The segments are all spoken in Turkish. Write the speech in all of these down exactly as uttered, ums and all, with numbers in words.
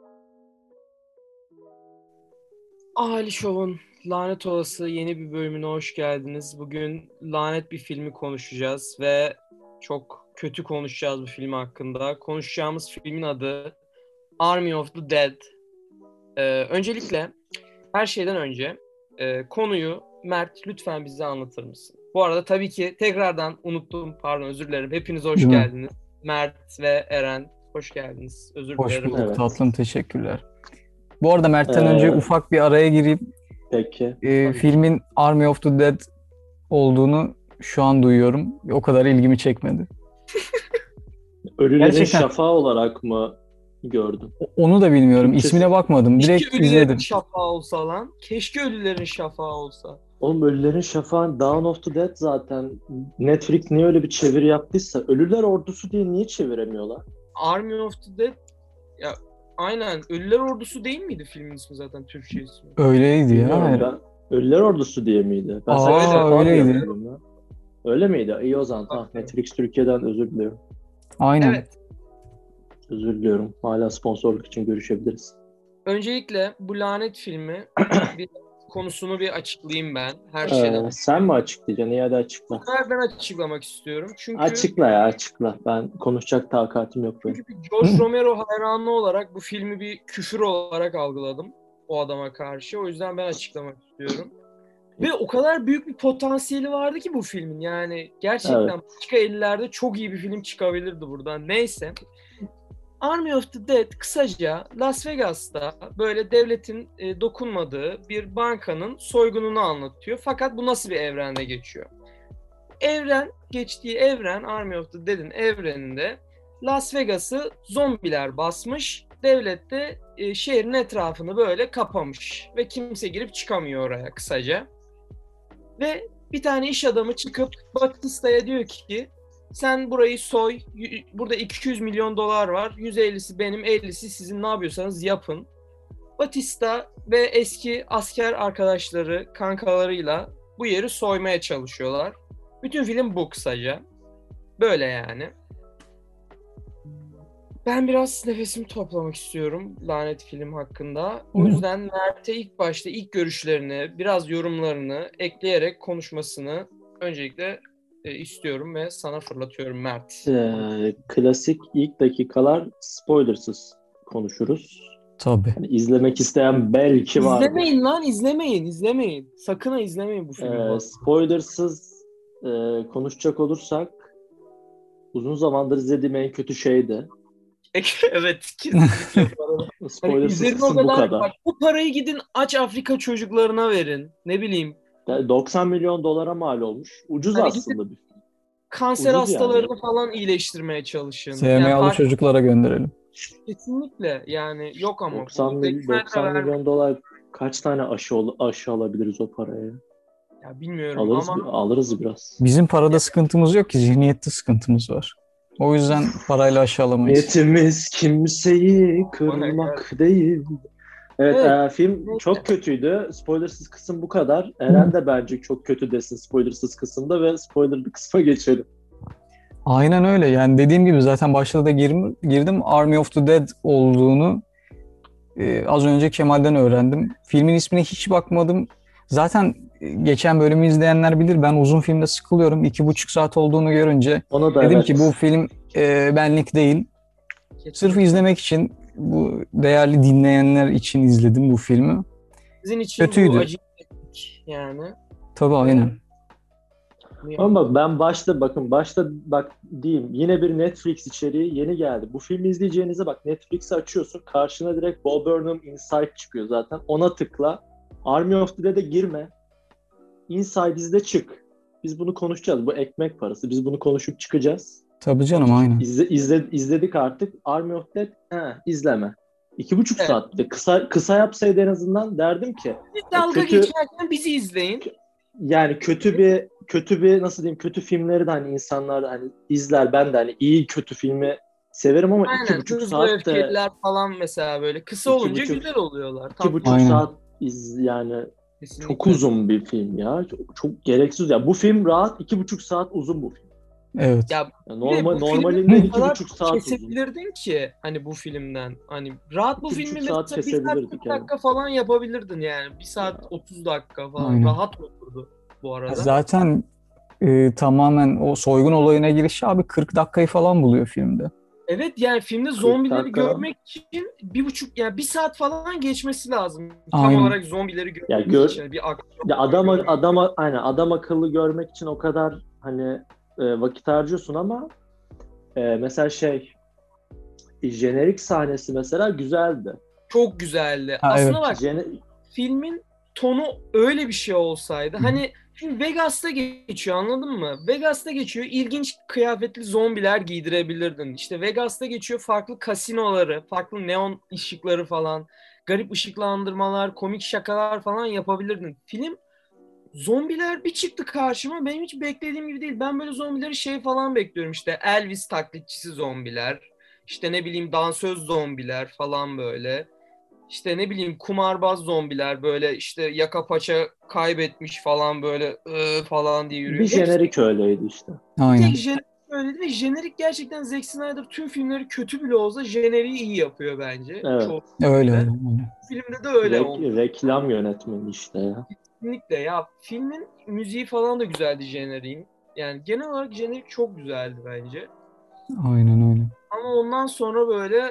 Ali Show'un Lanet Olası yeni bir bölümüne hoş geldiniz. Bugün lanet bir filmi konuşacağız ve çok kötü konuşacağız bu film hakkında. Konuşacağımız filmin adı Army of the Dead. Ee, öncelikle her şeyden önce e, konuyu Mert lütfen bize anlatır mısın? Bu arada tabii ki tekrardan unuttum, pardon, özür dilerim. Hepiniz hoş Değil mi? geldiniz. Mert ve Eren hoş geldiniz. Özür Hoş dilerim. bulduk Evet. tatlım, teşekkürler. Bu arada Mert'ten Ee, önce ufak bir araya gireyim. Peki. Ee, Tabii. filmin Army of the Dead olduğunu şu an duyuyorum. O kadar ilgimi çekmedi. Ölülerin Gerçekten. Şafağı olarak mı gördün? O- Onu da bilmiyorum. Türkçesi- İsmine bakmadım. Direkt Keşke ölülerin izledim. şafağı olsa lan. Keşke ölülerin şafağı olsa. Oğlum Ölülerin Şafağı, Dawn of the Dead zaten. Netflix niye öyle bir çeviri yaptıysa, Ölüler Ordusu diye niye çeviremiyorlar? Army of the Dead, ya aynen, Ölüler Ordusu değil miydi filmin ismi, zaten Türkçe ismi? Öyleydi ya. Bilmiyorum ben. Ölüler Ordusu diye miydi? Ben Aa, sadece Şafağı diye öyleydi. hatırlıyorum ya. Öyle miydi? İyi o zaman. Tamam. Bakıyorum. Netflix Türkiye'den özür diliyorum. Aynen. Evet. Özür diliyorum. Hala sponsorluk için görüşebiliriz. Öncelikle bu lanet filmi bir konusunu bir açıklayayım ben. Her şeyden. Ee, sen mi açıklayacaksın? İyi hadi açıkla. Ben, ben açıklamak istiyorum. Çünkü Açıkla ya açıkla. Ben konuşacak takatim yok benim. çünkü bir George Romero hayranı olarak bu filmi bir küfür olarak algıladım o adama karşı. O yüzden ben açıklamak istiyorum. Ve o kadar büyük bir potansiyeli vardı ki bu filmin. Yani gerçekten Evet. başka ellerde çok iyi bir film çıkabilirdi buradan. Neyse. Army of the Dead kısaca Las Vegas'ta böyle devletin e, dokunmadığı bir bankanın soygununu anlatıyor. Fakat bu nasıl bir evrende geçiyor? Evren, geçtiği evren, Army of the Dead'in evreninde Las Vegas'ı zombiler basmış. Devlet de e, şehrin etrafını böyle kapamış. Ve kimse girip çıkamıyor oraya kısaca. Ve bir tane iş adamı çıkıp Batista'ya diyor ki sen burayı soy, y- burada iki yüz milyon dolar var, yüz ellisi benim, ellisi sizin, ne yapıyorsanız yapın. Batista ve eski asker arkadaşları, kankalarıyla bu yeri soymaya çalışıyorlar. Bütün film bu kısaca. Böyle yani. Ben biraz nefesimi toplamak istiyorum lanet film hakkında. O Hı. yüzden Mert'e ilk başta ilk görüşlerini, biraz yorumlarını ekleyerek konuşmasını öncelikle e, istiyorum ve sana fırlatıyorum Mert. Ee, klasik ilk dakikalar spoilersız konuşuruz. Tabii. Yani izlemek isteyen belki vardır. İzlemeyin lan, izlemeyin, izlemeyin. Sakın ha izlemeyin bu filmi. Ee, spoilersız e, konuşacak olursak uzun zamandır izlediğim en kötü şeydi. Evet, kesinlikle bu arada. Hani Spoilersız üzerine o kısım bu kadar, kadar. bak, bu parayı gidin aç Afrika çocuklarına verin. Ne bileyim, Yani doksan milyon dolara mal olmuş. Ucuz Hani aslında bir film. kanser Ucuz hastalarını yani. falan iyileştirmeye çalışın. S M A'lı fark- çocuklara gönderelim. Kesinlikle yani, yok ama. doksan, bu mil, ekmeğe de doksan verme- milyon dolar kaç tane aşı, ol- aşı alabiliriz o paraya? Ya bilmiyorum Alırız, ama alırız biraz. Bizim parada sıkıntımız yok ki, zihniyette sıkıntımız var. O yüzden parayla aşağı alamayız. Niyetimiz kimseyi kırmak değil. Evet, Evet. e, film Evet. çok kötüydü. Spoilersız kısım bu kadar. Eren de bence çok kötü desin spoilersız kısımda ve spoilerlı kısma geçelim. Aynen öyle. Yani dediğim gibi zaten başta da girim- girdim. Army of the Dead olduğunu e, az önce Kemal'den öğrendim. Filmin ismine hiç bakmadım. Zaten e, geçen bölümü izleyenler bilir. Ben uzun filmde sıkılıyorum. İki buçuk saat olduğunu görünce Ona da dedim evet. ki bu film e, benlik değil. Sırf izlemek için, bu değerli dinleyenler için izledim bu filmi. sizin için kötüydü. bu acı yani. Tabii aynen. Ama bak ben başta bakın başta bak diyeyim yine bir Netflix içeriği yeni geldi. Bu filmi izleyeceğinize bak Netflix'i açıyorsun karşına direkt Bo Burnham Inside çıkıyor zaten. Ona tıkla. Army of the Dead'e girme. Inside izle çık. Biz bunu konuşacağız. Bu ekmek parası. Biz bunu konuşup çıkacağız. Tabii canım aynen. İzle, izle, izledik artık. Army of the Dead he, izleme. İki buçuk Evet. saat. Bir de Kısa, kısa yapsaydı en azından derdim ki Siz dalga kötü- geçerken bizi izleyin. yani kötü bir kötü bir nasıl diyeyim kötü filmleri de hani insanlar da hani izler ben de hani iyi kötü filmi severim ama iki Aynen, buçuk Hızlı saat de Öfkeliler falan mesela böyle kısa İki olunca buçuk- güzel oluyorlar. iki Tatlı. buçuk Aynen. saat iz yani Kesinlikle. çok uzun bir film ya çok, çok gereksiz ya bu film rahat iki buçuk saat uzun bu film Evet. Ya Ya bir de normal bu filmi normalinde o iki kadar buçuk saat uzun. kesebilirdin ki hani bu filmden. Hani rahat bu İki filmi buçuk saat mesela bir saat kesebilirdik kırk yani. dakika falan yapabilirdin yani. Bir saat Ya, otuz dakika falan Aynen. rahat olurdu bu Ya arada. zaten e, tamamen o soygun olayına girişi abi kırk dakikayı falan buluyor filmde. Evet yani filmde kırk zombileri dakika. görmek için bir buçuk yani bir saat falan geçmesi lazım. Tam Aynen. olarak zombileri Ya görmek gör için. Bir aksiyon ya adam görmek. adama aynen adam akıllı görmek için o kadar hani e, vakit harcıyorsun ama e, mesela şey jenerik sahnesi mesela güzeldi. Çok güzeldi. Ha, Aslında evet. bak Jene, filmin tonu öyle bir şey olsaydı. Hı hı. Hani şimdi Vegas'ta geçiyor anladın mı? Vegas'ta geçiyor. İlginç kıyafetli zombiler giydirebilirdin. İşte Vegas'ta geçiyor farklı kasinoları, farklı neon ışıkları falan, garip ışıklandırmalar, komik şakalar falan yapabilirdin. Film zombiler bir çıktı karşıma benim hiç beklediğim gibi değil. Ben böyle zombileri şey falan bekliyorum işte Elvis taklitçisi zombiler. İşte ne bileyim dansöz zombiler falan böyle. İşte ne bileyim kumarbaz zombiler böyle işte yaka paça kaybetmiş falan böyle ıı falan diye bir yürüyor. Hepsi jenerik öyleydi işte. bir tek Aynen. jenerik öyleydi ve jenerik gerçekten Zack Snyder tüm filmleri kötü bile olsa jeneriği iyi yapıyor bence. Evet. Çoğu Öyle filmde. öyle. öyle. Bu filmde de öyle Rek, oldu. reklam yönetmeni işte ya. Kesinlikle ya filmin müziği falan da güzeldi jeneriğin. Yani genel olarak jenerik çok güzeldi bence. Aynen öyle. Ama ondan sonra böyle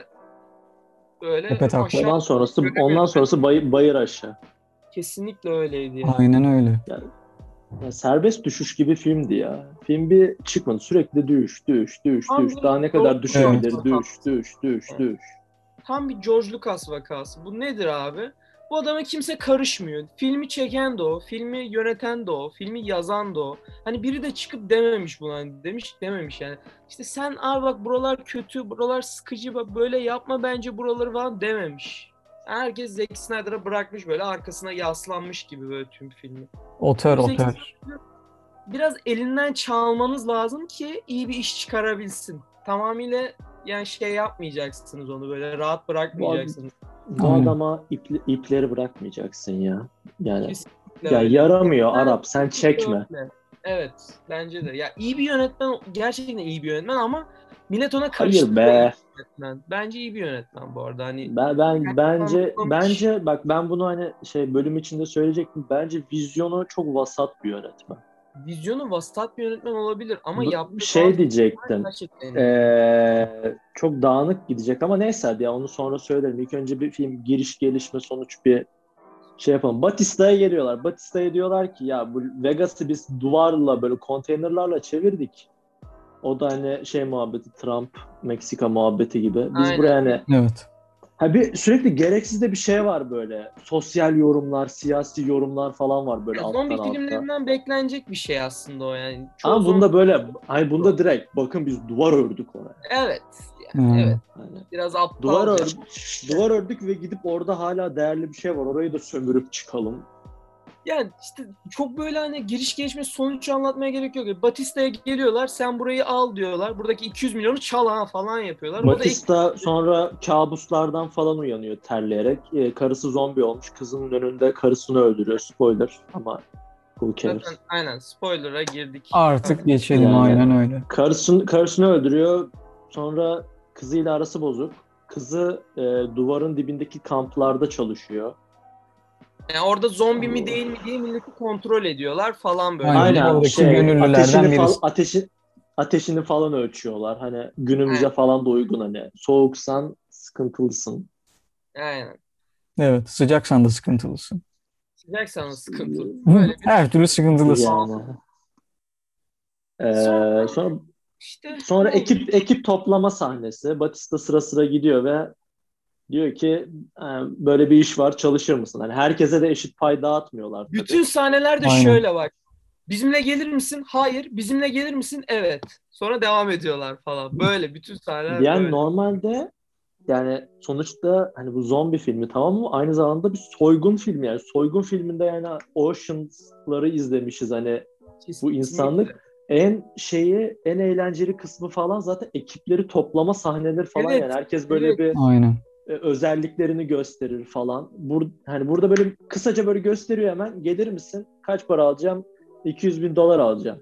böyle Tepe taklak. aşağı Ondan sonrası ondan göremiyorum. sonrası bay, bayır aşağı. Kesinlikle öyleydi ya. Aynen öyle. Yani, ya serbest düşüş gibi filmdi ya. Film bir çıkmadı. Sürekli düş, düş, düş, Tam düş. bir Daha ne George kadar Evet. düşebilir? Lucas Düş, vakası. düş, düş, düş. Tam bir George Lucas vakası. Bu nedir abi? Bu adama kimse karışmıyor. Filmi çeken de o, filmi yöneten de o, filmi yazan da o. Hani biri de çıkıp dememiş buna. Hani demiş dememiş yani. İşte sen abi bak buralar kötü, buralar sıkıcı, bak böyle yapma bence buraları falan dememiş. Herkes Zack Snyder'a bırakmış böyle arkasına yaslanmış gibi böyle tüm filmi. Oter Bu Zack oter. Snyder'ı biraz elinden çalmanız lazım ki iyi bir iş çıkarabilsin. Tamamıyla yani şey yapmayacaksınız onu böyle rahat Bu, ad- bırakmayacaksınız. bu Aynen. adama ip, ipleri bırakmayacaksın ya. Yani Kesinlikle ya öyle. yaramıyor Yönetmen Arap sen kesinlikle çekme. öyle. Evet bence de. Ya iyi bir yönetmen gerçekten iyi bir yönetmen ama millet ona Hayır karıştırıyor iyi be. bir yönetmen. Bence iyi bir yönetmen bu arada. Hani Ben, ben gerçekten bence anlamış. bence bak ben bunu hani şey bölüm içinde söyleyecektim. Bence vizyonu çok vasat bir yönetmen. Vizyonu vasat bir yönetmen olabilir ama Bu- yaptığı Şey bazı filmler diyecektim. gerçekten iyi. Ee, çok dağınık gidecek ama neyse hadi ya onu sonra söylerim. İlk önce bir film giriş gelişme sonuç bir şey yapalım. Batista'ya geliyorlar. Batista'ya diyorlar ki ya bu Vegas'ı biz duvarla böyle konteynerlarla çevirdik. O da hani şey muhabbeti Trump Meksika muhabbeti gibi. Biz buraya Aynen. hani Evet. ha bir sürekli gereksiz de bir şey var böyle. Sosyal yorumlar, siyasi yorumlar falan var böyle Ya, alttan zombi alta. filmlerinden beklenecek bir şey aslında o yani. Çoğu Ama zombi bunda böyle ay bunda direkt bakın biz duvar ördük oraya. evet yani Yani. evet Hani biraz duvar aptalca. ördük, duvar ördük ve gidip orada hala değerli bir şey var. Orayı da sömürüp çıkalım. Yani işte çok böyle hani giriş gelişme sonuç anlatmaya gerek yok. Batista'ya geliyorlar sen burayı al diyorlar. Buradaki iki yüz milyonu çal ha falan yapıyorlar. O da ek- Batista sonra kabuslardan falan uyanıyor terleyerek. Ee, karısı zombi olmuş. Kızının önünde karısını öldürüyor. Spoiler ama who zaten cares? aynen spoiler'a girdik. Artık geçelim Yani aynen öyle. karısını, karısını öldürüyor. Sonra kızıyla arası bozuk. Kızı e, duvarın dibindeki kamplarda çalışıyor. Yani orada zombi mi değil mi diye milleti kontrol ediyorlar falan böyle. Aynen. Öyle Aynen Oradaki şey ateşini gönüllülerden fal birisi. ateşi ateşini falan ölçüyorlar. Hani günümüze aynen. falan da uygun hani. Soğuksan sıkıntılısın. aynen. Evet. Sıcaksan da sıkıntılısın. Sıcaksanız sıkıntı. Böyle bir Her türlü sıkıntılısın. Yani sonra Ee, sonra işte ne sonra oldu? ekip ekip toplama sahnesi. Batista sıra sıra gidiyor ve diyor ki "E, böyle bir iş var çalışır mısın? Hani herkese de eşit pay dağıtmıyorlar tabii. Bütün sahnelerde Aynen. şöyle bak. Bizimle gelir misin? Hayır. Bizimle gelir misin? Evet. Sonra devam ediyorlar falan. Böyle bütün sahneler Yani böyle. normalde yani sonuçta hani bu zombi filmi tamam mı? Aynı zamanda bir soygun filmi yani. Soygun filminde yani Ocean's'ları izlemişiz hani bu Kesinlikle. insanlık en şeyi en eğlenceli kısmı falan zaten ekipleri toplama sahneleri falan yani. Evet. Herkes böyle Evet. bir Aynen. e, özelliklerini gösterir falan. Bur hani burada böyle kısaca böyle gösteriyor hemen. Gelir misin? Kaç para alacağım? iki yüz bin dolar alacağım.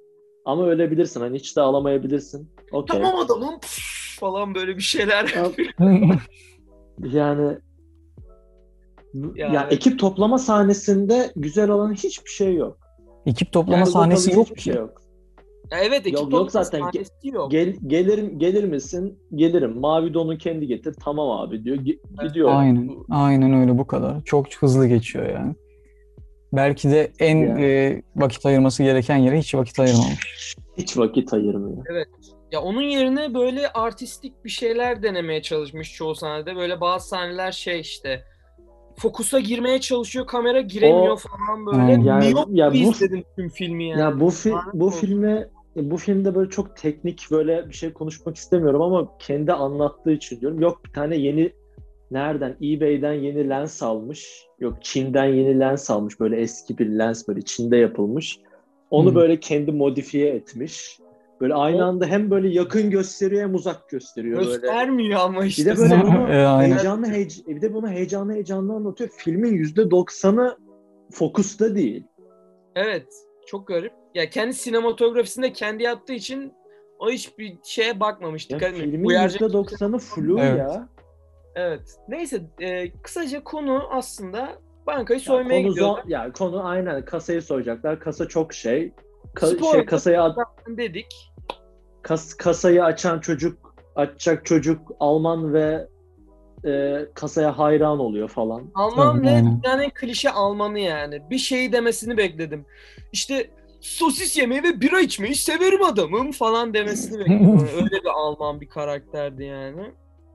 Ama ölebilirsin. Hani hiç de alamayabilirsin. Okey. Tamam adamım püf, falan böyle bir şeyler Ya- yapıyor. Yani Ya ya evet. ekip toplama sahnesinde güzel olan hiçbir şey yok. Ekip toplama Yani Kız sahnesi akalıcı yok hiçbir ki. şey yok. Ya evet ekip Yok yok toplama zaten Ge- sahnesi yok. gel, gelirim gelir misin? Gelirim. Mavi donu kendi getir. Tamam abi diyor. Gi- Evet, gidiyor yani. Aynen. bu- Aynen öyle, bu kadar. Çok hızlı geçiyor yani. Belki de en Yani e, vakit ayırması gereken yere hiç vakit ayırmamış. hiç vakit ayırmıyor. Evet. Ya onun yerine böyle artistik bir şeyler denemeye çalışmış çoğu sahnede. Böyle bazı sahneler şey işte fokusa girmeye çalışıyor, kamera giremiyor O falan böyle. Aynen. yani Miyop ya gibi bu izledim tüm filmi ya yani. bu fi, Lanet bu olsun. filme bu filmde böyle çok teknik böyle bir şey konuşmak istemiyorum ama kendi anlattığı için diyorum. Yok bir tane yeni nereden eBay'den yeni lens almış. Yok Çin'den yeni lens almış. Böyle eski bir lens böyle Çin'de yapılmış. Onu Hı. böyle kendi modifiye etmiş. Böyle aynı O anda hem böyle yakın gösteriyor hem uzak gösteriyor böyle. göstermiyor ama Bir işte de böyle bunu E, aynen. heyecanlı heyec- bir de bunu heyecanlı heyecanlı anlatıyor. Filmin yüzde doksanı fokusta değil. evet, çok garip. Ya kendi sinematografisinde kendi yaptığı için o hiçbir şeye bakmamış, Ya dikkat etmemiş. filmin Uyaracak yüzde kimse- doksanı flu Evet. ya. Evet. Neyse, e, kısaca konu aslında bankayı Ya soymaya konu gidiyorlar. zo- ya konu aynen kasayı soyacaklar. Kasa çok şey. Ka- şey Spoiler kasayı a- zaten dedik. kas- kasayı açan çocuk, açacak çocuk Alman ve e, kasaya hayran oluyor falan. Alman Tabii, ve aynen. dünyanın en klişe Almanı yani. Bir şey demesini bekledim. İşte sosis yemeyi ve bira içmeyi severim adamım falan demesini bekledim. Yani öyle bir Alman bir karakterdi yani.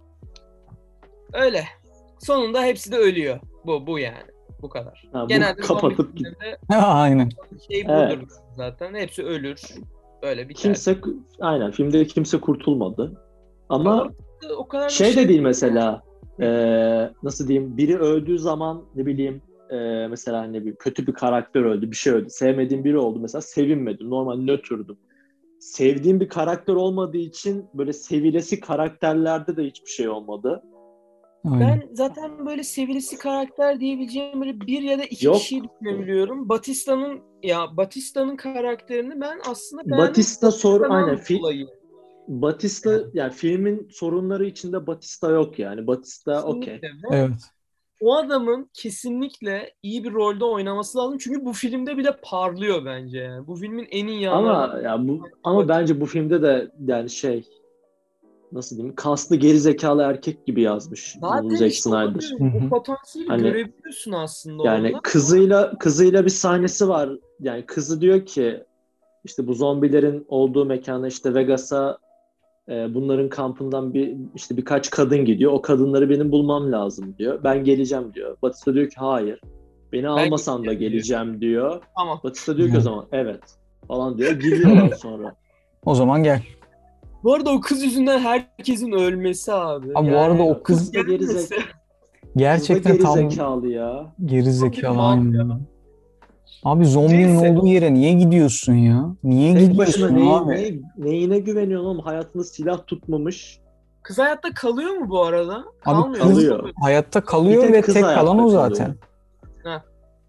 Öyle. Sonunda hepsi de ölüyor. Bu bu yani. Bu kadar. Ha, bu Genelde zombi kapatıp git. filmlerinde Aynen. şey Evet. budur zaten. Hepsi ölür. Böyle biter. Kimse aynen filmde kimse kurtulmadı. Ya Ama orada o kadar da şey şey de değil mesela e, nasıl diyeyim biri öldüğü zaman ne bileyim e, mesela hani bir kötü bir karakter öldü bir şey öldü sevmediğim biri oldu mesela sevinmedim normal nötrdüm. Sevdiğim bir karakter olmadığı için böyle sevilesi karakterlerde de hiçbir şey olmadı. Aynen. Ben zaten böyle sevilesi karakter diyebileceğim böyle bir ya da iki Yok. kişiyi düşünebiliyorum. Batista'nın ya Batista'nın karakterini ben aslında beğendim. Batista sor Batista'dan aynen fi, dolayı. Batista yani filmin sorunları içinde Batista yok yani. Batista okey. Kesinlikle. Ve Evet. o adamın kesinlikle iyi bir rolde oynaması lazım. Çünkü bu filmde bile parlıyor bence yani. Bu filmin en iyi yanlarından Ama ya bu biri ama Batista. bence bu filmde de yani şey nasıl diyeyim kaslı geri zekalı erkek gibi yazmış bunu Zaten Zack işte onu Snyder. diyorum. Hı O hı. potansiyeli Hani görebiliyorsun aslında yani orada. kızıyla kızıyla bir sahnesi var. Yani kızı diyor ki işte bu zombilerin olduğu mekana işte Vegas'a e, bunların kampından bir işte birkaç kadın gidiyor. O kadınları benim bulmam lazım diyor. Ben geleceğim diyor. Batista diyor ki hayır. Beni Ben almasan da geleceğim diyor. geleceğim diyor. Tamam. Batista diyor ki o Evet. zaman evet falan diyor. Gidiyorlar sonra. O zaman gel. Bu arada o kız yüzünden herkesin ölmesi abi. Abi bu Yani arada o Ya kız kız da geri gelmese zek kız da gerçekten geri tam zekalı ya. geri bir zekalı. mal ya. Aynen. Abi zombinin Neyse. olduğu yere niye gidiyorsun ya? Niye Tek başına gidiyorsun neyi, abi? ne, neyine güveniyorsun oğlum? Hayatında silah tutmamış. Kız hayatta kalıyor mu bu arada? Abi Kalmıyor. kız Kalıyor. hayatta Bir kalıyor tek ve kız tek kalan hayatta o kalıyor. zaten. Heh.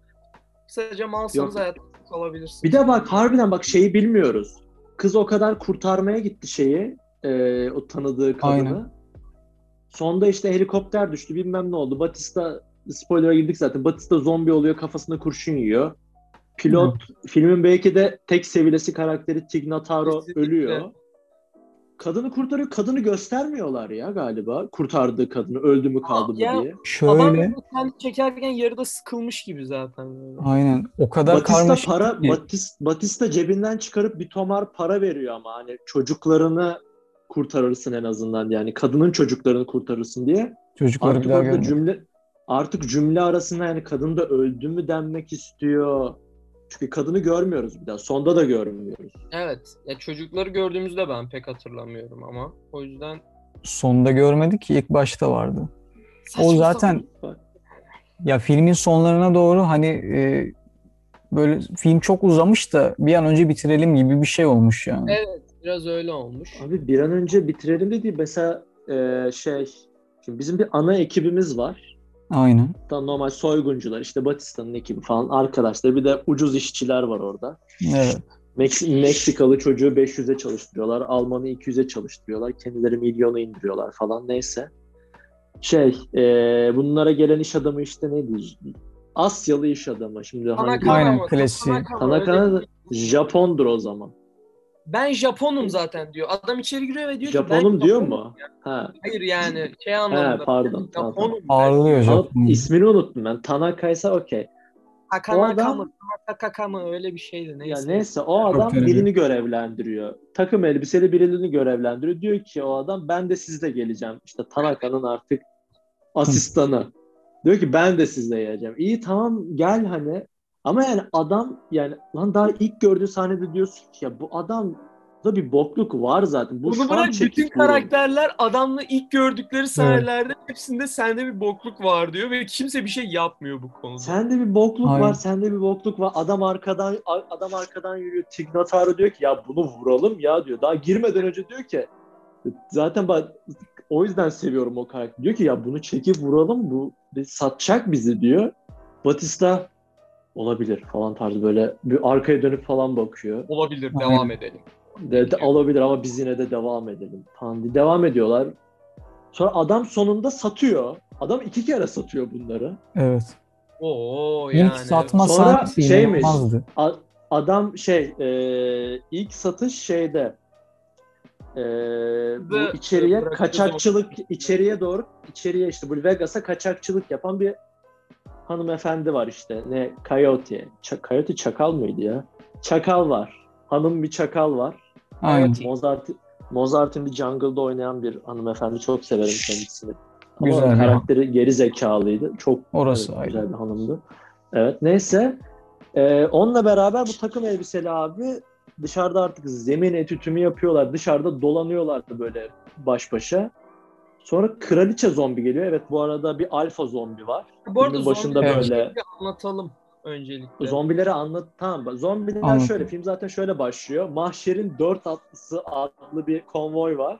Kısaca malsanız Yok. hayatta kalabilirsiniz. Bir de bak harbiden bak şeyi bilmiyoruz. Kız o kadar kurtarmaya gitti şeyi. e, o tanıdığı kadını. Aynen. Sonda işte helikopter düştü bilmem ne oldu. Batista spoiler'a girdik zaten. Batista zombi oluyor kafasına kurşun yiyor. Pilot filmin belki de tek sevilesi karakteri Tig Notaro Kesinlikle. ölüyor. Kadını kurtarıyor. Kadını göstermiyorlar ya galiba. Kurtardığı kadını öldü mü kaldı mı Ya diye. adam Şöyle kendi çekerken yarıda sıkılmış gibi zaten. Böyle. aynen o kadar Batista karmaşık para ki. Batista, Batista cebinden çıkarıp bir tomar para veriyor ama hani çocuklarını kurtarırsın en azından yani kadının çocuklarını kurtarırsın diye. Çocukları bir Artık daha orada görmedim. cümle artık cümle arasında yani kadın da öldü mü denmek istiyor. Çünkü kadını görmüyoruz bir daha. Sonda da görmüyoruz. Evet. Ya çocukları gördüğümüzde ben pek hatırlamıyorum ama. O yüzden Sonda görmedik ki ilk başta vardı. O saçma zaten Bak, ya filmin sonlarına doğru hani e, böyle film çok uzamış da bir an önce bitirelim gibi bir şey olmuş yani. Evet, biraz öyle olmuş. abi bir an önce bitirelim dedi. Mesela e, şey şimdi bizim bir ana ekibimiz var. Aynen. Da normal soyguncular işte Batista'nın ekibi falan arkadaşlar bir de ucuz işçiler var orada. Evet. Meksik, Meksikalı çocuğu beş yüze çalıştırıyorlar. Almanı iki yüze çalıştırıyorlar. Kendileri milyonu indiriyorlar falan neyse. Şey e, bunlara gelen iş adamı işte neydi? Asyalı iş adamı. Şimdi hangi? Tanaka Aynen mı? klasiği. Tanaka mı? Öyle Tanaka da bir- Japondur o zaman. Ben Japonum zaten diyor. Adam içeri giriyor ve diyor ki ben Japonum diyor Japonum. mu? Ha. Hayır yani şey He anlamında. pardon. Tamam, tamam. Japonum ben. Ağırlıyor Ama Japon. ismini unuttum ben. Tanaka'ysa okey. O Takanaka adam mı? Takaka mı? Öyle bir şeydi. ya Neyse. neyse o Çok adam önemli. birini görevlendiriyor. Takım elbiseli birini görevlendiriyor. Diyor ki o adam ben de sizle geleceğim. İşte Tanaka'nın artık asistanı. Diyor ki ben de sizle geleceğim. İyi tamam gel hani. Ama yani adam yani lan daha ilk gördüğü sahnede diyorsun ki ya bu adamda bir bokluk var zaten. Bu Bunu şu an bırak bütün çekip vurun. karakterler adamla ilk gördükleri sahnelerde hepsinde sende bir bokluk var diyor ve kimse bir şey yapmıyor bu konuda. Sende bir bokluk Aynen. var, sende bir bokluk var. Adam arkadan adam arkadan yürüyor. Tig Notaro diyor ki ya bunu vuralım ya diyor. Daha girmeden önce diyor ki zaten bak o yüzden seviyorum o karakteri. Diyor ki ya bunu çekip vuralım bu satacak bizi diyor. Batista olabilir falan tarzı böyle bir arkaya dönüp falan bakıyor. Olabilir, Aynen. devam edelim. De, de, olabilir ama biz yine de devam edelim falan diye. Devam ediyorlar. Sonra adam sonunda satıyor. Adam iki kere satıyor bunları. Evet. Oo İlk yani. satma Sonra sahnesi şeymiş. inanılmazdı. A- adam şey e, ilk satış şeyde e, bu Ve- içeriye bıraktığı kaçakçılık içeriye doğru içeriye işte bu Vegas'a kaçakçılık yapan bir hanımefendi var işte. Ne Coyote. Ç- Coyote çakal mıydı ya? Çakal var. Hanım bir çakal var. Aynen. Mozart Mozart in the Jungle'da oynayan bir hanımefendi. Çok severim kendisini. Ama Güzel bir karakteri geri zekalıydı. Çok Orası evet, ayrı. güzel bir hanımdı. Evet neyse. Ee, onunla beraber bu takım elbiseli abi dışarıda artık zemin etütümü yapıyorlar. Dışarıda dolanıyorlar böyle baş başa. Sonra kraliçe zombi geliyor. Evet bu arada bir alfa zombi var. Bu arada Filmin başında zombileri böyle bir anlatalım öncelikle. zombileri anlat. Tamam bak, zombiler Anladım. şöyle. Film zaten şöyle başlıyor. Mahşer'in dört atlısı adlı bir konvoy var.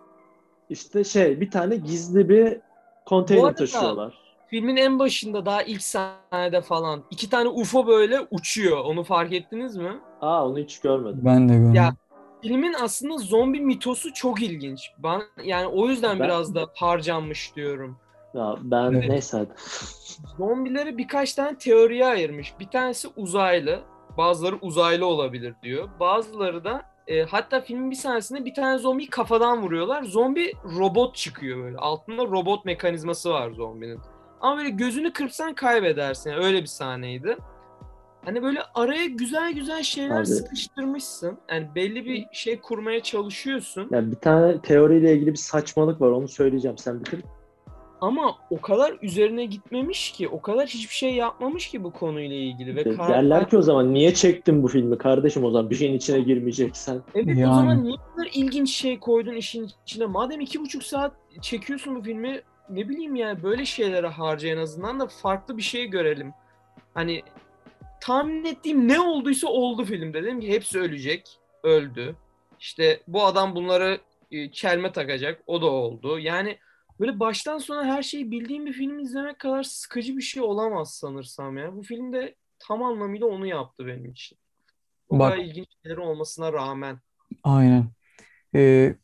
İşte şey bir tane gizli bir Bu konteyner arada- taşıyorlar. Filmin en başında daha ilk sahnede falan iki tane U F O böyle uçuyor. Onu fark ettiniz mi? Aa onu hiç görmedim. Ben de görmedim. Ya filmin aslında zombi mitosu çok ilginç. Ben yani o yüzden Ben- biraz da harcanmış diyorum. Ya ben Evet. neyse hadi. Zombileri birkaç tane teoriye ayırmış. Bir tanesi uzaylı, bazıları uzaylı olabilir diyor. Bazıları da e, hatta filmin bir sahnesinde bir tane zombiyi kafadan vuruyorlar. Zombi robot çıkıyor böyle. Altında robot mekanizması var zombinin. Ama böyle gözünü kırpsan kaybedersin. Yani öyle bir sahneydi. Hani böyle araya güzel güzel şeyler Abi. sıkıştırmışsın. Yani belli bir şey kurmaya çalışıyorsun. Ya bir tane teoriyle ilgili bir saçmalık var onu söyleyeceğim sen bitir. Ama o kadar üzerine gitmemiş ki, o kadar hiçbir şey yapmamış ki bu konuyla ilgili. Ve De- karakter- Derler ki o zaman niye çektin bu filmi kardeşim o zaman bir şeyin içine girmeyeceksen. Evet o Yani. zaman niye bu kadar ilginç şey koydun işin içine? Madem iki buçuk saat çekiyorsun bu filmi, ne bileyim yani böyle şeylere harca en azından da farklı bir şey görelim. Hani tahmin ettiğim ne olduysa oldu filmde. Dedim ki hepsi ölecek. Öldü. İşte bu adam bunları e, çelme takacak. O da oldu. Yani böyle baştan sona her şeyi bildiğim bir film izlemek kadar sıkıcı bir şey olamaz sanırsam ya. Bu film de tam anlamıyla onu yaptı benim için. O Bak. kadar ilginç şeyler olmasına rağmen. Aynen. Ee,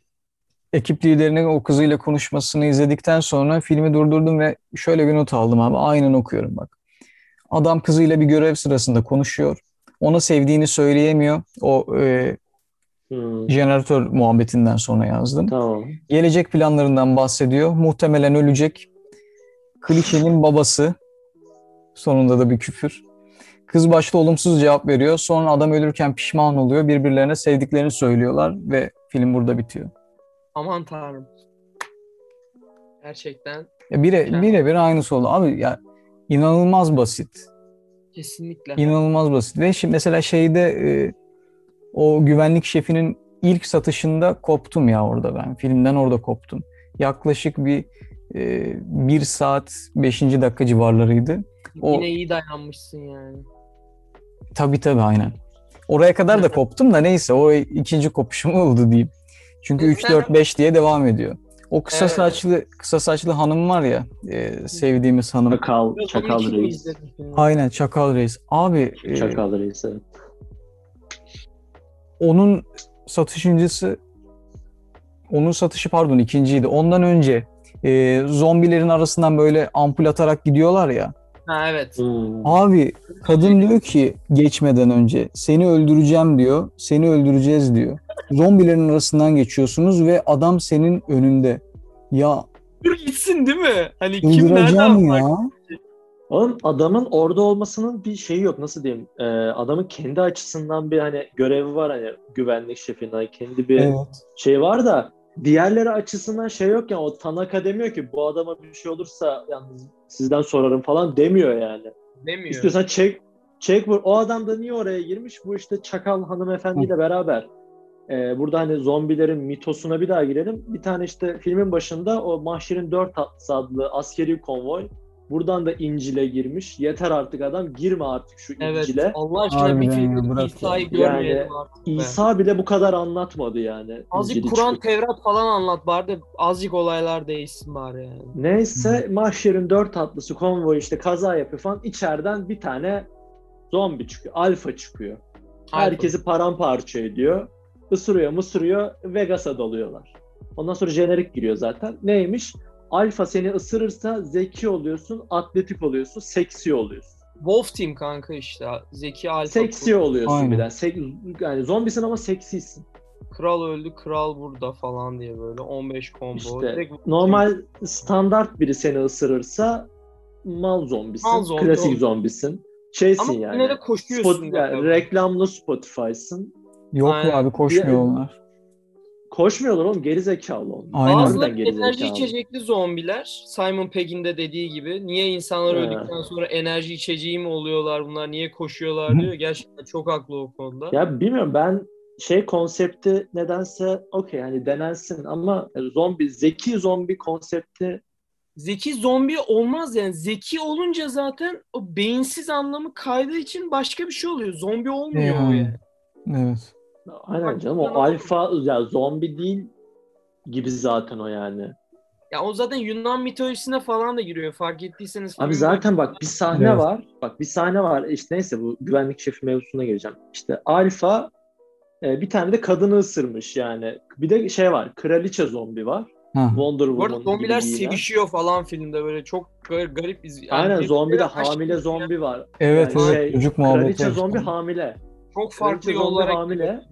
ekip liderinin o kızıyla konuşmasını izledikten sonra filmi durdurdum ve şöyle bir not aldım abi. Aynen okuyorum bak. Adam kızıyla bir görev sırasında konuşuyor. Ona sevdiğini söyleyemiyor. O e, Hmm, jeneratör muhabbetinden sonra yazdım. tamam. Gelecek planlarından bahsediyor. Muhtemelen ölecek. Klişenin babası. Sonunda da bir küfür. Kız başta olumsuz cevap veriyor. Sonra adam ölürken pişman oluyor. Birbirlerine sevdiklerini söylüyorlar ve film burada bitiyor. Aman tanrım. Gerçekten Ya bire, birebir aynısı oldu. Abi ya inanılmaz basit. kesinlikle. İnanılmaz basit. Ve şimdi mesela şeyde e, o güvenlik şefinin ilk satışında koptum ya orada ben. Filmden orada koptum. Yaklaşık bir e, bir saat beşinci dakika civarlarıydı. O, Yine iyi dayanmışsın yani. tabii tabii aynen. Oraya kadar da koptum da neyse o ikinci kopuşum oldu diyeyim. Çünkü üç dört beş diye devam ediyor. O kısa Evet. saçlı kısa saçlı hanım var ya e, sevdiğimiz hanım. Çakal, Onun Çakal için mi Reis. izledin filmi? Aynen Çakal Reis. Abi e, Çakal Reis evet. onun satışıncısı onun satışı pardon ikinciydi. Ondan önce e, zombilerin arasından böyle ampul atarak gidiyorlar ya. Ha evet. Hmm. Abi kadın diyor ki geçmeden önce seni öldüreceğim diyor. Seni öldüreceğiz diyor. Zombilerin arasından geçiyorsunuz ve adam senin önünde. Ya Dur gitsin değil mi? Hani kim nereden öldüreceğim ya. Oğlum adamın orada olmasının bir şeyi yok. Nasıl diyeyim? Ee, adamın kendi açısından bir hani görevi var, hani güvenlik şefinin hani kendi bir Evet. şey var da diğerleri açısından şey yok yani. O Tanaka demiyor ki bu adama bir şey olursa yalnız sizden sorarım falan demiyor yani. demiyor. İstiyorsan çek çek vur. O adam da niye oraya girmiş? Bu işte çakal hanımefendiyle beraber. Ee, burada hani zombilerin mitosuna bir daha girelim. Bir tane işte filmin başında o Mahşer'in Dört Atlısı adlı askeri konvoy buradan da İncil'e girmiş. Yeter artık adam, girme artık şu Evet. İncil'e. Allah aşkına Harbiden bir ya, filmde bırak İsa'yı ya. görmeyelim Yani artık be. İsa bile bu kadar anlatmadı yani. Azıcık İncil'i Kur'an, çıkıp. Tevrat falan anlat bari de azıcık olaylar değişsin bari yani. Neyse Mahşer'in Dört Atlısı konvoy işte kaza yapıyor falan. İçeriden bir tane zombi çıkıyor. Alfa çıkıyor. Herkesi paramparça ediyor. Isırıyor mısırıyor. Vegas'a dalıyorlar. Ondan sonra jenerik giriyor zaten. Neymiş? Alfa seni ısırırsa zeki oluyorsun, atletik oluyorsun, seksi oluyorsun. Wolf Team kanka işte. Zeki Alfa. Seksi oluyorsun Aynen. bir de. Sek- yani zombisin ama seksisin. Kral öldü, kral burada falan diye böyle on beş combo. İşte Direkt normal standart biri seni ısırırsa mal zombisin, Mal zombi klasik olur. zombisin. Şeysin ama yani. yine de koşuyorsun. Spot- da yani tabii. reklamlı Spotify'sın. Yok Aynen. be abi koşmuyor onlar. Koşmuyorlar oğlum, geri zekalı onlar. Aynen. Bazıları Harbiden geri enerji zekalı. içecekli zombiler. Simon Pegg'in de dediği gibi. Niye insanlar He. öldükten sonra enerji içeceği mi oluyorlar bunlar? Niye koşuyorlar diyor. Gerçekten çok haklı o konuda. Ya bilmiyorum, ben şey konsepti nedense okey hani denensin ama zombi, zeki zombi konsepti Zeki zombi olmaz yani. Zeki olunca zaten o beyinsiz anlamı kaydığı için başka bir şey oluyor. Zombi olmuyor o Yani. yani. Evet. aynen canım, o alfa ya zombi değil gibi zaten o yani. Ya o zaten Yunan mitolojisine falan da giriyor. Fark ettiyseniz Abi filmin zaten bak bir sahne Evet. var. Bak bir sahne var. İşte neyse bu güvenlik şefi mevzusuna geleceğim. İşte alfa e, bir tane de kadını ısırmış yani. Bir de şey var. Kraliçe zombi var. Ha. Wonder Bu arada Woman gibi zombiler giyinen. sevişiyor falan filmde böyle çok gar- garip iz. Yani Aynen, zombi de birbirlerine aşk hamile yaşayan zombi var. Evet Yani evet şey, çocuk muhabbeti. kraliçe var. zombi hamile. Çok farklı Kraliçe zombi yollara hamile. gidiyor.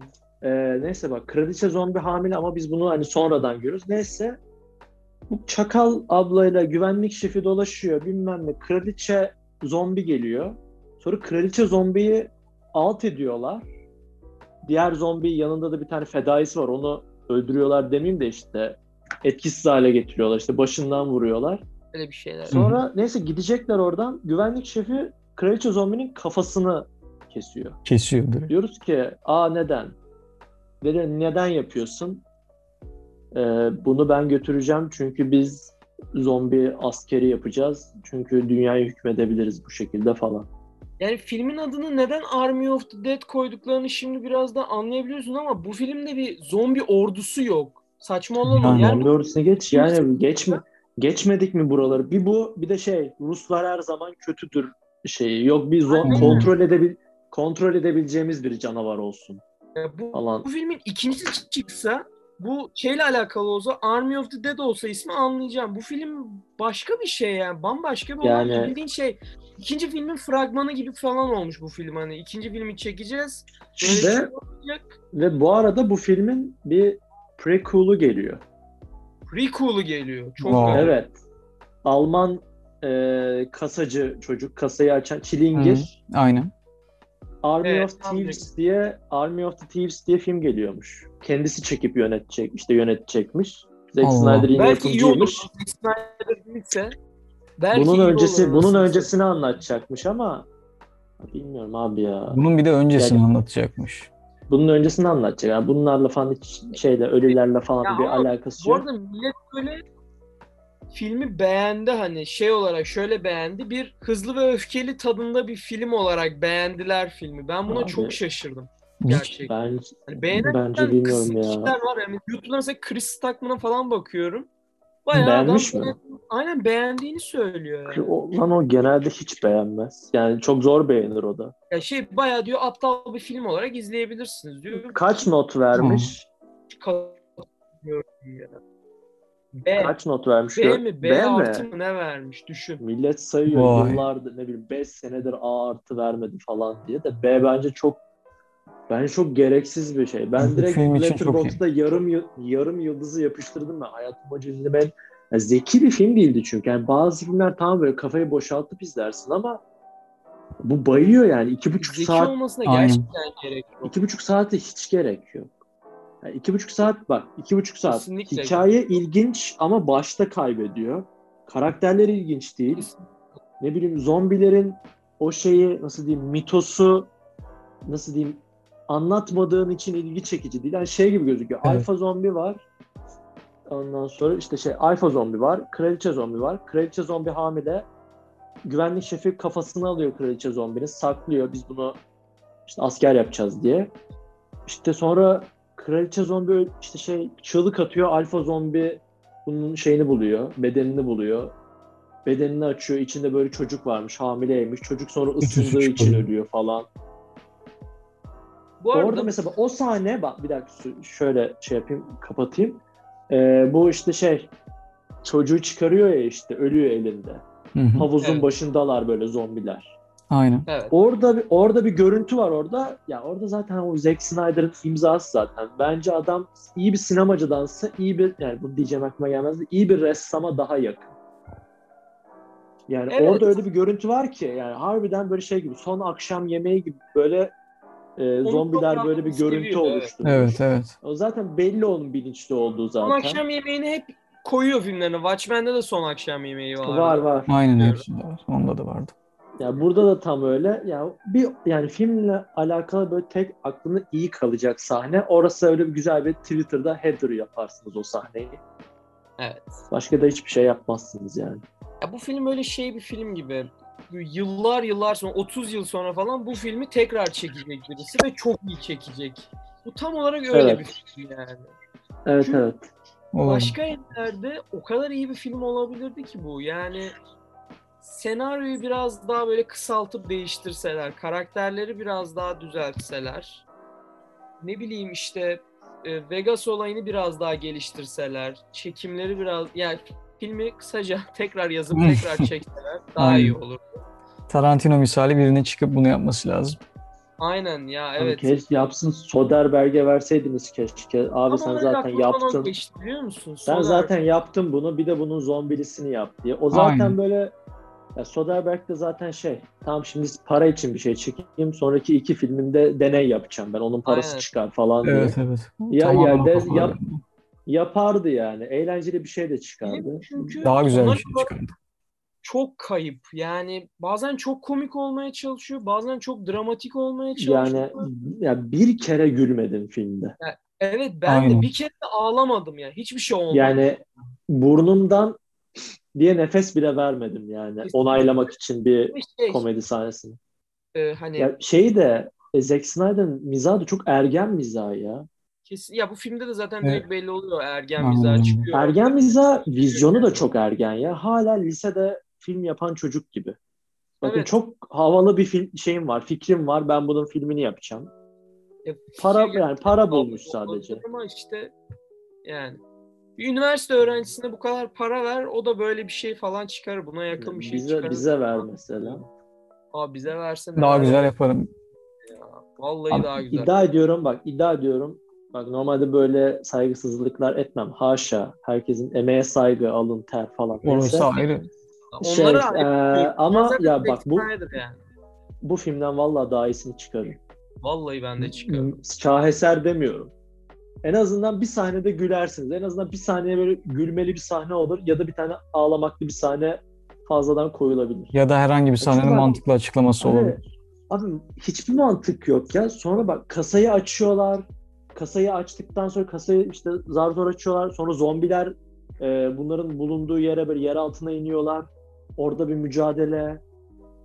Ee, neyse bak, kraliçe zombi hamile ama biz bunu hani sonradan görüyoruz. Neyse bu çakal ablayla güvenlik şefi dolaşıyor bilmem ne. Kraliçe zombi geliyor. Sonra kraliçe zombiyi alt ediyorlar. Diğer zombi yanında da bir tane fedaisi var. Onu öldürüyorlar demeyeyim de işte etkisiz hale getiriyorlar. İşte başından vuruyorlar. Öyle bir şeyler. Sonra neyse gidecekler oradan. Güvenlik şefi kraliçe zombinin kafasını kesiyor. Kesiyor direkt. Diyoruz ki aa neden? Dedi neden yapıyorsun? Ee, bunu ben götüreceğim çünkü biz zombi askeri yapacağız. Çünkü dünyayı hükmedebiliriz bu şekilde falan. Yani filmin adını neden Army of the Dead koyduklarını şimdi biraz da anlayabiliyorsun ama bu filmde bir zombi ordusu yok. Saçma olan o. Yani Yani Zombi ordusuna geç yani geçme geçmedik mi buraları? Bir bu bir de şey, Ruslar her zaman kötüdür şeyi. Yok bir zo- Aynen. kontrol edebil kontrol edebileceğimiz bir canavar olsun e, bu, falan. bu filmin ikincisi çıksa bu şeyle alakalı olsa Army of the Dead olsa ismi anlayacağım. Bu film başka bir şey yani. Bambaşka bir Yani- olay. Bildiğin şey ikinci filmin fragmanı gibi falan olmuş bu film. Hani ikinci filmi çekeceğiz. Böyle bir Ve şey olacak. ve bu arada bu filmin bir prequel'u geliyor. Prequel'u geliyor. Çok Wow. garip. Evet. Alman e, kasacı çocuk, kasayı açan Çilingir. Aynen. Army Evet, of Thieves diye Army of the Thieves diye film geliyormuş. Kendisi çekip yönetecek, işte yönetecekmiş. Zack Allah. Snyder yine Belki iyi olur. yapımcıymış. Zack Snyder değilse belki Bunun iyi öncesi olur. bunun Nasıl öncesini anlatacakmış ama bilmiyorum abi ya. Bunun bir de öncesini Yani- anlatacakmış. Bunun öncesini anlatacak. Yani bunlarla falan hiç şeyle ölülerle falan Ya bir ama alakası Bu yok. arada millet böyle filmi beğendi hani şey olarak şöyle beğendi. Bir Hızlı ve Öfkeli tadında bir film olarak beğendiler filmi. Ben buna Abi, çok şaşırdım. Hiç Gerçekten. Ben Hani beğenen bence bilmiyorum ya. kişiler var. Yani YouTube'da mesela Chris Stuckman'a falan bakıyorum. Bayağı adam Beğenmiş mi? aynen beğendiğini söylüyor yani. O, lan o genelde hiç beğenmez. Yani çok zor beğenir o da. Ya şey bayağı diyor aptal bir film olarak izleyebilirsiniz diyor. Kaç not vermiş? Katılıyorum ya. B. Kaç not vermiş? B mi? B, B artı mi? mı ne vermiş? Düşün. Millet sayıyor Vay. yıllardır ne bileyim beş senedir A artı vermedi falan diye de B bence çok bence çok gereksiz bir şey. Ben Bu direkt film için çok iyi. Letterboxd'da yarım yı- yarım yıldızı yapıştırdım ben. Hayatım boyunca izlemeyen yani zeki bir film değildi çünkü. Yani bazı filmler tamam böyle kafayı boşaltıp izlersin ama bu bayıyor yani. iki buçuk Zeki saat olmasına Aynen. gerçekten gerek yok. iki buçuk saate hiç gerek yok. Yani iki buçuk saat bak iki buçuk saat Kesinlikle. hikaye ilginç ama başta kaybediyor. Karakterler ilginç değil. Kesinlikle. Ne bileyim zombilerin o şeyi nasıl diyeyim mitosu nasıl diyeyim anlatmadığın için ilgi çekici değil. Yani şey gibi gözüküyor. Evet. Alfa zombi var. Ondan sonra işte şey alfa zombi var. Kraliçe zombi var. Kraliçe zombi hamile. Güvenlik şefi kafasını alıyor kraliçe zombinin. Saklıyor. Biz bunu işte asker yapacağız diye. İşte sonra kraliçe zombi işte şey çığlık atıyor. Alfa zombi bunun şeyini buluyor. Bedenini buluyor. Bedenini açıyor. İçinde böyle çocuk varmış. Hamileymiş. Çocuk sonra ısındığı çocuk için oluyor. ölüyor falan. Bu arada Orada mesela o sahne bak bir dakika şöyle şey yapayım kapatayım. Ee, bu işte şey çocuğu çıkarıyor ya işte ölüyor elinde. Hı hı. Havuzun Evet. başındalar böyle zombiler. Aynen. evet. Orada bir orada bir görüntü var orada. Ya orada zaten o Zack Snyder'ın imzası zaten. Bence adam iyi bir sinemacıdansa iyi bir yani bu diyeceğim aklıma gelmezdi. İyi bir ressama daha yakın. Yani Evet. orada öyle bir görüntü var ki yani harbiden böyle şey gibi son akşam yemeği gibi böyle e, Onu zombiler çok böyle bir seviyor, görüntü evet. oluşturmuş. Evet, evet. O zaten belli onun bilinçli olduğu Son zaten. akşam yemeğini hep koyuyor filmlerine. Watchmen'de de son akşam yemeği vardı. Var var. Aynen Biliyorum. hepsinde var. Onda da vardı. Ya burada da tam öyle. Ya bir yani filmle alakalı böyle tek aklına iyi kalacak sahne. Orası öyle bir güzel bir Twitter'da header yaparsınız o sahneyi. Evet. Başka da hiçbir şey yapmazsınız yani. Ya bu film öyle şey bir film gibi. Yıllar yıllar sonra, otuz yıl sonra falan bu filmi tekrar çekecek birisi ve çok iyi çekecek. Bu tam olarak öyle Evet. bir film yani. Evet Çünkü evet. Olabilir. başka yerlerde o kadar iyi bir film olabilirdi ki bu. Yani senaryoyu biraz daha böyle kısaltıp değiştirseler, karakterleri biraz daha düzeltseler, ne bileyim işte e, Vegas olayını biraz daha geliştirseler, çekimleri biraz yani filmi kısaca tekrar yazıp tekrar çekseler daha Aynen. iyi olur. Tarantino misali birinin çıkıp bunu yapması lazım. Aynen ya Abi evet. keşke yapsın Soderbergh'e verseydiniz keşke. Abi Tam sen olarak zaten aklımdan o yaptın. geçti biliyor musun? Sen Soner. zaten yaptın bunu bir de bunun zombilisini yap diye. O zaten Aynen. böyle ya Soderbergh de zaten şey tamam şimdi para için bir şey çekeyim sonraki iki filmimde deney yapacağım ben onun parası Aynen. çıkar falan diye. Evet, evet. Ya Tamamen ya o de, kafalar. yap, yapardı yani. Eğlenceli bir şey de çıkardı. Film çünkü Daha güzel bir ona şey göre çıkardı. çok kayıp. Yani bazen çok komik olmaya çalışıyor, bazen çok dramatik olmaya çalışıyor. Yani ya bir kere gülmedim filmde. Ya, evet ben de Aynen. bir kere de ağlamadım ya. Hiçbir şey olmadı. Yani burnumdan diye nefes bile vermedim yani Kesinlikle. onaylamak için bir Bir şey, komedi sahnesini. e, hani Ya şeyi de e, Zack Snyder'ın mizahı da çok ergen mizahı ya. kesin ya bu filmde de zaten Evet. direkt belli oluyor ergen Aynen mizah öyle. çıkıyor. Ergen mizah vizyonu da çok ergen ya. Hala lisede film yapan çocuk gibi. Bakın Evet. çok havalı bir film şeyim var, fikrim var. Ben bunun filmini yapacağım. Ya, Para fikir yani para gerçekten bulmuş olabilir sadece. ama işte yani bir üniversite öğrencisine bu kadar para ver o da böyle bir şey falan çıkarır. Buna yakın bir şey Bize çıkarır. bize ver mesela. Aa bize verse Daha neler güzel olur yaparım. ya. Vallahi Abi, daha güzel. iddia ediyorum bak iddia ediyorum. Bak normalde böyle saygısızlıklar etmem. Haşa. Herkesin emeğe saygı, alın, ter falan. Orası Neyse. ayrı. Şey, Onları e, hep ama zaten ya bak bu Zack Snyder yani. bu filmden vallahi daha iyisini çıkarır. Vallahi ben de çıkarım. Şaheser demiyorum. En azından bir sahnede gülersiniz. En azından bir sahneye böyle gülmeli bir sahne olur ya da bir tane ağlamaklı bir sahne fazladan koyulabilir. Ya da herhangi bir sahnenin Çünkü bak- mantıklı açıklaması Abi, olabilir. abi hiçbir mantık yok ya. Sonra bak kasayı açıyorlar. Kasayı açtıktan sonra kasayı işte zar zor açıyorlar. Sonra zombiler e, bunların bulunduğu yere böyle yer altına iniyorlar. Orada bir mücadele.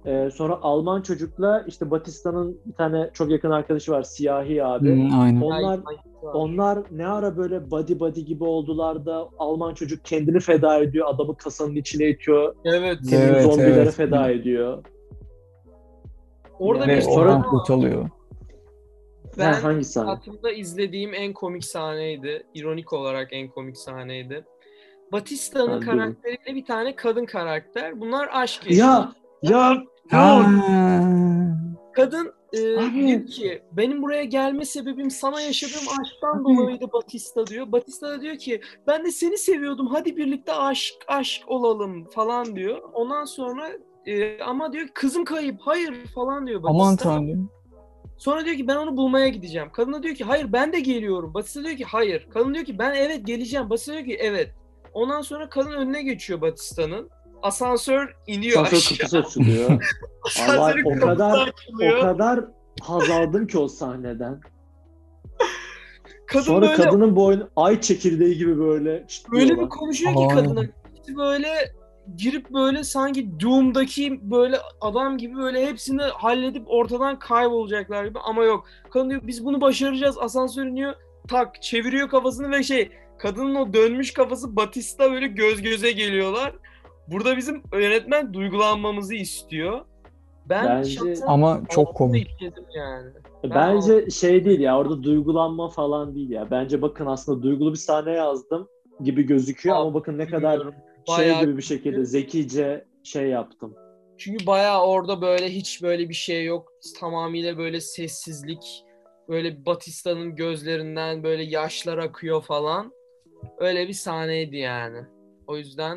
Ee, sonra Alman çocukla işte Batista'nın bir tane çok yakın arkadaşı var, siyahi abi. Hı, aynen. Onlar onlar ne ara böyle buddy buddy gibi oldular da Alman çocuk kendini feda ediyor, adamı kasanın içine itiyor, Evet. kendini Evet, zombilere evet. feda ediyor. Orada Yani bir Ve sonra- oradan kurtarıyor. Ben Ha, hangi sahne? hayatımda izlediğim en komik sahneydi. İronik olarak en komik sahneydi. Batista'nın Ben duydum. karakteriyle bir tane kadın karakter. Bunlar aşk yaşıyor. Ya ya Ha. Kadın e, Abi. diyor ki benim buraya gelme sebebim sana yaşadığım aşktan dolayıydı Batista diyor. Batista da diyor ki ben de seni seviyordum, hadi birlikte aşk aşk olalım falan diyor. Ondan sonra e, ama diyor kızım kayıp, hayır falan diyor Batista. Aman tanrım. Sonra diyor ki ben onu bulmaya gideceğim. Kadın da diyor ki hayır ben de geliyorum. Batista diyor ki hayır. Kadın diyor ki ben evet geleceğim. Batista diyor ki evet. Ondan sonra kadın önüne geçiyor Batista'nın. Asansör iniyor Asansör aşağı. kapısı açılıyor. Asansörün o kapısı kadar açılıyor. o kadar haz aldım ki o sahneden. Kadın Sonra böyle kadının boynu ay çekirdeği gibi böyle öyle bir çıtlıyorlar. konuşuyor ki Ay. kadına. Böyle girip böyle sanki Doom'daki böyle adam gibi böyle hepsini halledip ortadan kaybolacaklar gibi ama yok. Kadın diyor biz bunu başaracağız. Asansör iniyor. Tak çeviriyor kafasını ve şey kadının o dönmüş kafası Batista böyle göz göze geliyorlar. Burada bizim yönetmen duygulanmamızı istiyor. Ben Bence- şahsen Ama çok ağzımda komik. içledim yani. Bence şey değil ya, orada duygulanma falan değil ya. Bence bakın aslında duygulu bir sahne yazdım gibi gözüküyor ama bakın ne kadar Bilmiyorum. şey Bayağı- gibi bir şekilde zekice şey yaptım. Çünkü bayağı orada böyle hiç böyle bir şey yok. Tamamıyla böyle sessizlik. Böyle Batista'nın gözlerinden böyle yaşlar akıyor falan. Öyle bir sahneydi yani. O yüzden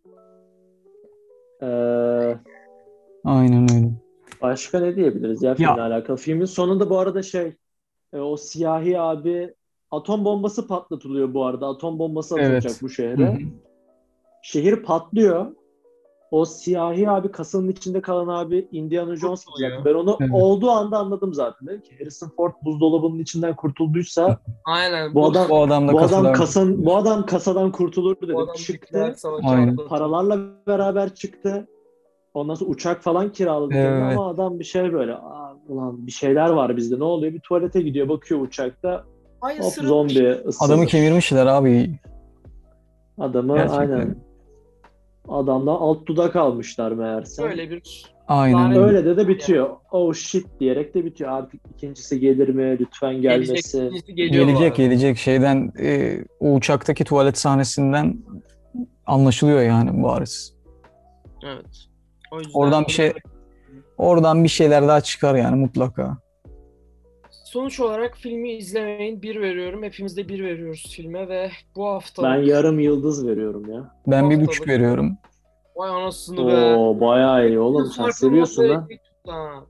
Ee, Aynen öyle. başka ne diyebiliriz ya filmle alakalı? Filmin sonunda bu arada şey e, o siyahi abi atom bombası patlatılıyor bu arada. Atom bombası atılacak Evet. bu Hı şehre. hı. Şehir patlıyor. O siyahi abi, kasanın içinde kalan abi Indiana Jones Kurtuluyor. zaten. Ben onu Evet. olduğu anda anladım zaten. Dedim ki Harrison Ford buzdolabının içinden kurtulduysa aynen bu adam Bu adam da bu adam kasadan kasan bu adam kasadan kurtulur bu dedim. adam Çıktı. nükleer savaşı Aynen. atlatıyor. Paralarla beraber çıktı. Ondan sonra uçak falan kiraladı kendine Evet. ama adam bir şey böyle, Aa, ulan bir şeyler var bizde, ne oluyor? Bir tuvalete gidiyor, bakıyor uçakta, Ay hop ısırılmış. zombi ısırmış. Adamı kemirmişler abi. Adamı Gerçekten. aynen. Adamdan alt dudak almışlar meğerse. Böyle bir Aynen Lanet- öyle. Öyle de de bitiyor. Oh shit diyerek de bitiyor. Artık ikincisi gelir mi? Lütfen gelecek, gelmesin. ikincisi geliyor bu Gelecek arada. gelecek şeyden e, o uçaktaki tuvalet sahnesinden anlaşılıyor yani bariz. Evet. O yüzden Oradan bir şey oradan bir şeyler daha çıkar yani mutlaka. sonuç olarak filmi izlemeyin. Bir veriyorum. Hepimiz de bir veriyoruz filme ve bu hafta Ben yarım yıldız veriyorum ya. Ben bir Haftalık- buçuk veriyorum. vay anasını be. Oo bayağı iyi oğlum. Sen Farklı seviyorsun notlara lan. gittik ha.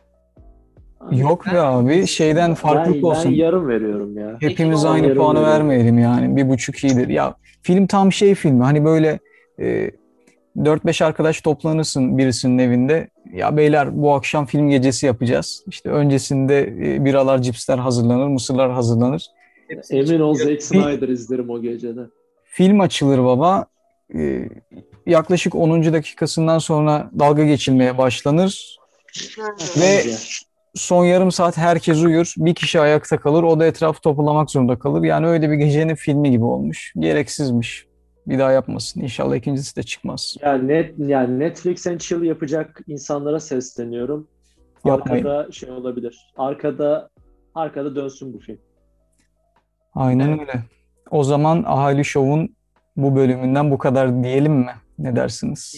Yok be abi şeyden farklılık Ben, olsun. ben yarım veriyorum ya. Hepimiz Ben aynı yarım puanı veriyorum. vermeyelim yani. Bir buçuk iyidir. Ya film tam şey filmi. Hani böyle e, dört beş arkadaş toplanırsın birisinin evinde. Ya beyler bu akşam film gecesi yapacağız. İşte öncesinde e, biralar, cipsler hazırlanır, mısırlar hazırlanır. Hepsi Emin ol için- Zack Snyder izlerim o gecede. Film açılır baba. E, yaklaşık onuncu dakikasından sonra dalga geçilmeye başlanır. Ve son yarım saat herkes uyur. Bir kişi ayakta kalır. O da etrafı toplamak zorunda kalır. Yani öyle bir gecenin filmi gibi olmuş. Gereksizmiş. Bir daha yapmasın. İnşallah ikincisi de çıkmaz. Yani net yani Netflix and chill yapacak insanlara sesleniyorum. Yapmayın. Arkada şey olabilir. Arkada arkada dönsün bu film. Aynen Evet. öyle. O zaman Ahali Show'un bu bölümünden bu kadar diyelim mi? Ne dersiniz?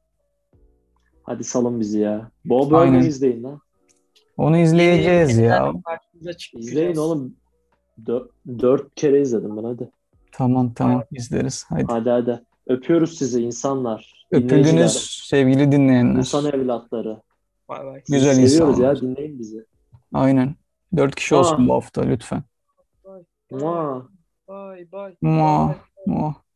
Hadi salın bizi ya. Bob Aynen. Burnham'ı izleyin lan. Onu izleyeceğiz ya. Karşımıza çıkacağız. İzleyin oğlum. Dö- dört kere izledim ben, hadi. Tamam tamam izleriz. Hadi. Hadi hadi. Öpüyoruz sizi insanlar. Öpüldünüz Dinleyiciler. sevgili dinleyenler. İnsan evlatları. Bay bay. Sizi Güzel seviyoruz insanlar. ya, dinleyin bizi. Aynen. Dört kişi olsun Ah. bu hafta lütfen. Bay Mua. bay. bay. Muah, muah.